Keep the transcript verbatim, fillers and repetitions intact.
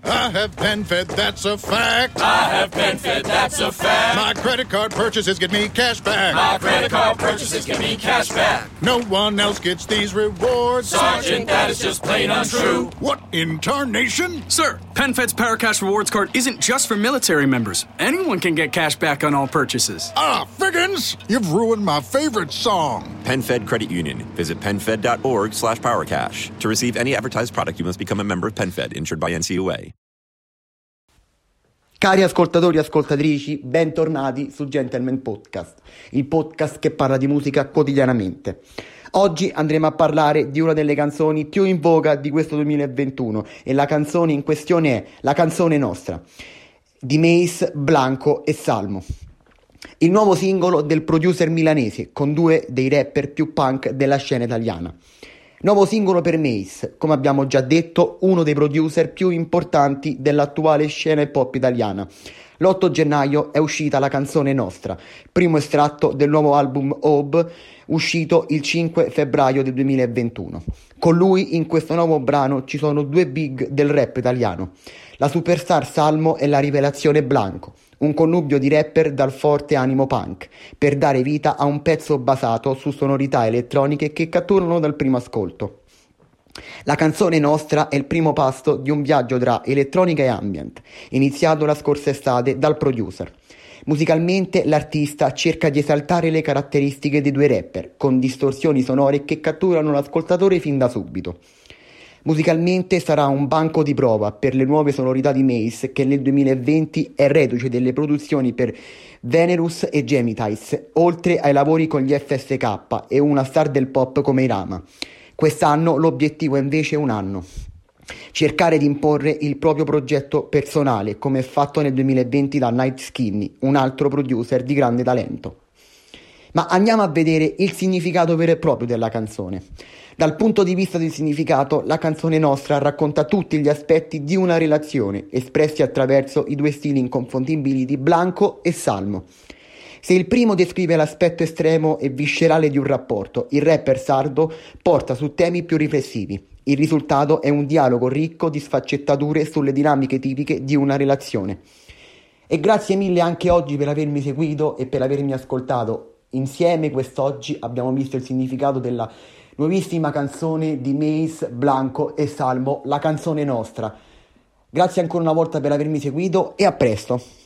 I have PenFed, that's a fact. I have PenFed, that's a fact. My credit card purchases get me cash back. My credit card purchases get me cash back. No one else gets these rewards. Sergeant, that is just plain untrue. What in tarnation? Sir, PenFed's Paracash Rewards Card isn't just for military members. Anyone can get cash back on all purchases. Ah, Figgins, you've ruined my favorite song. PenFed Credit Union. Visit penfed.org slash powercash. To receive any advertised product, you must become a member of PenFed, insured by N C U A. Cari ascoltatori e ascoltatrici, bentornati su Gentleman Podcast, il podcast che parla di musica quotidianamente. Oggi andremo a parlare di una delle canzoni più in voga di questo duemilaventuno e la canzone in questione è La canzone nostra, di Mace, Blanco e Salmo. Il nuovo singolo del producer milanese con due dei rapper più punk della scena italiana. Nuovo singolo per Mace, come abbiamo già detto, uno dei producer più importanti dell'attuale scena hip hop italiana. L'otto gennaio è uscita La canzone nostra, primo estratto del nuovo album Hope, uscito il cinque febbraio del duemilaventuno. Con lui in questo nuovo brano ci sono due big del rap italiano, la superstar Salmo e la rivelazione Blanco, un connubio di rapper dal forte animo punk, per dare vita a un pezzo basato su sonorità elettroniche che catturano dal primo ascolto. La canzone nostra è il primo passo di un viaggio tra elettronica e ambient, iniziato la scorsa estate dal producer. Musicalmente l'artista cerca di esaltare le caratteristiche dei due rapper, con distorsioni sonore che catturano l'ascoltatore fin da subito. Musicalmente sarà un banco di prova per le nuove sonorità di Mace, che nel duemilaventi è reduce delle produzioni per Venerus e Gemitize, oltre ai lavori con gli F S K e una star del pop come Irama. Quest'anno l'obiettivo è invece un anno. Cercare di imporre il proprio progetto personale, come è fatto nel duemilaventi da Night Skinny, un altro producer di grande talento. Ma andiamo a vedere il significato vero e proprio della canzone. Dal punto di vista del significato, la canzone nostra racconta tutti gli aspetti di una relazione, espressi attraverso i due stili inconfondibili di Blanco e Salmo. Se il primo descrive l'aspetto estremo e viscerale di un rapporto, il rapper sardo porta su temi più riflessivi. Il risultato è un dialogo ricco di sfaccettature sulle dinamiche tipiche di una relazione. E grazie mille anche oggi per avermi seguito e per avermi ascoltato. Insieme quest'oggi abbiamo visto il significato della nuovissima canzone di Mace, Blanco e Salmo, La canzone nostra. Grazie ancora una volta per avermi seguito e a presto!